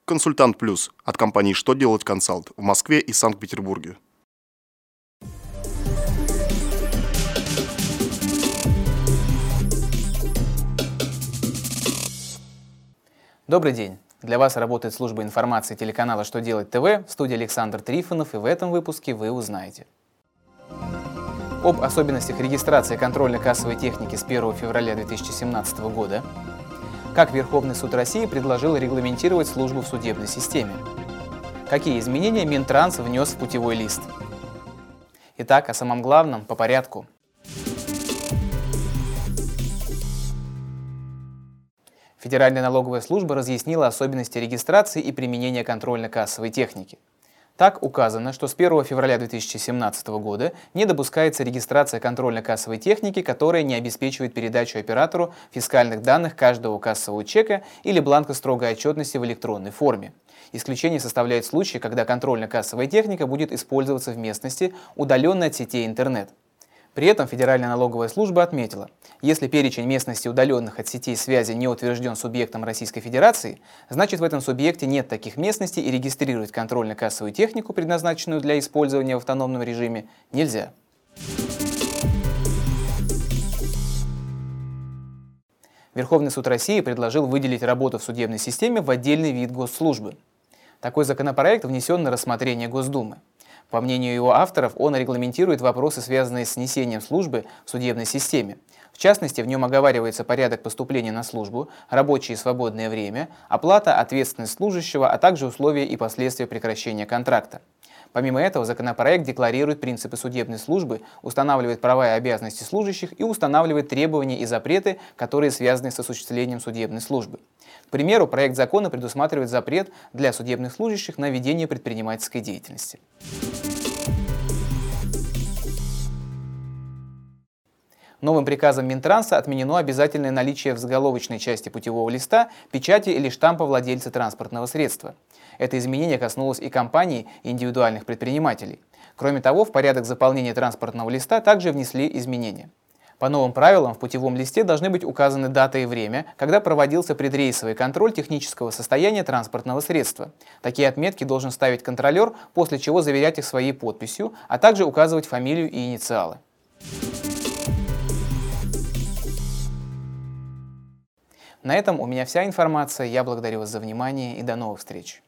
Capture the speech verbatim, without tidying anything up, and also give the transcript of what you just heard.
Консультант Плюс от компании «Что делать консалт» в Москве и Санкт-Петербурге. Добрый день! Для вас работает служба информации телеканала «Что делать ТВ», в студии Александр Трифонов, и в этом выпуске вы узнаете об особенностях регистрации контрольно-кассовой техники с первого февраля две тысячи семнадцатого года, как Верховный суд России предложил регламентировать службу в судебной системе, какие изменения Минтранс внес в путевой лист. Итак, о самом главном по порядку. Федеральная налоговая служба разъяснила особенности регистрации и применения контрольно-кассовой техники. Так указано, что с первого февраля две тысячи семнадцатого года не допускается регистрация контрольно-кассовой техники, которая не обеспечивает передачу оператору фискальных данных каждого кассового чека или бланка строгой отчетности в электронной форме. Исключение составляют случаи, когда контрольно-кассовая техника будет использоваться в местности, удаленной от сетей интернет. При этом Федеральная налоговая служба отметила, если перечень местностей, удаленных от сетей связи, не утвержден субъектом Российской Федерации, значит в этом субъекте нет таких местностей и регистрировать контрольно-кассовую технику, предназначенную для использования в автономном режиме, нельзя. Верховный суд России предложил выделить работу в судебной системе в отдельный вид госслужбы. Такой законопроект внесен на рассмотрение Госдумы. По мнению его авторов, он регламентирует вопросы, связанные с несением службы в судебной системе. В частности, в нем оговаривается порядок поступления на службу, рабочее и свободное время, оплата, ответственность служащего, а также условия и последствия прекращения контракта. Помимо этого, законопроект декларирует принципы судебной службы, устанавливает права и обязанности служащих и устанавливает требования и запреты, которые связаны с осуществлением судебной службы. К примеру, проект закона предусматривает запрет для судебных служащих на ведение предпринимательской деятельности. Новым приказом Минтранса отменено обязательное наличие в заголовочной части путевого листа печати или штампа владельца транспортного средства. Это изменение коснулось и компаний, и индивидуальных предпринимателей. Кроме того, в порядок заполнения транспортного листа также внесли изменения. По новым правилам в путевом листе должны быть указаны дата и время, когда проводился предрейсовый контроль технического состояния транспортного средства. Такие отметки должен ставить контролер, после чего заверять их своей подписью, а также указывать фамилию и инициалы. На этом у меня вся информация. Я благодарю вас за внимание и до новых встреч.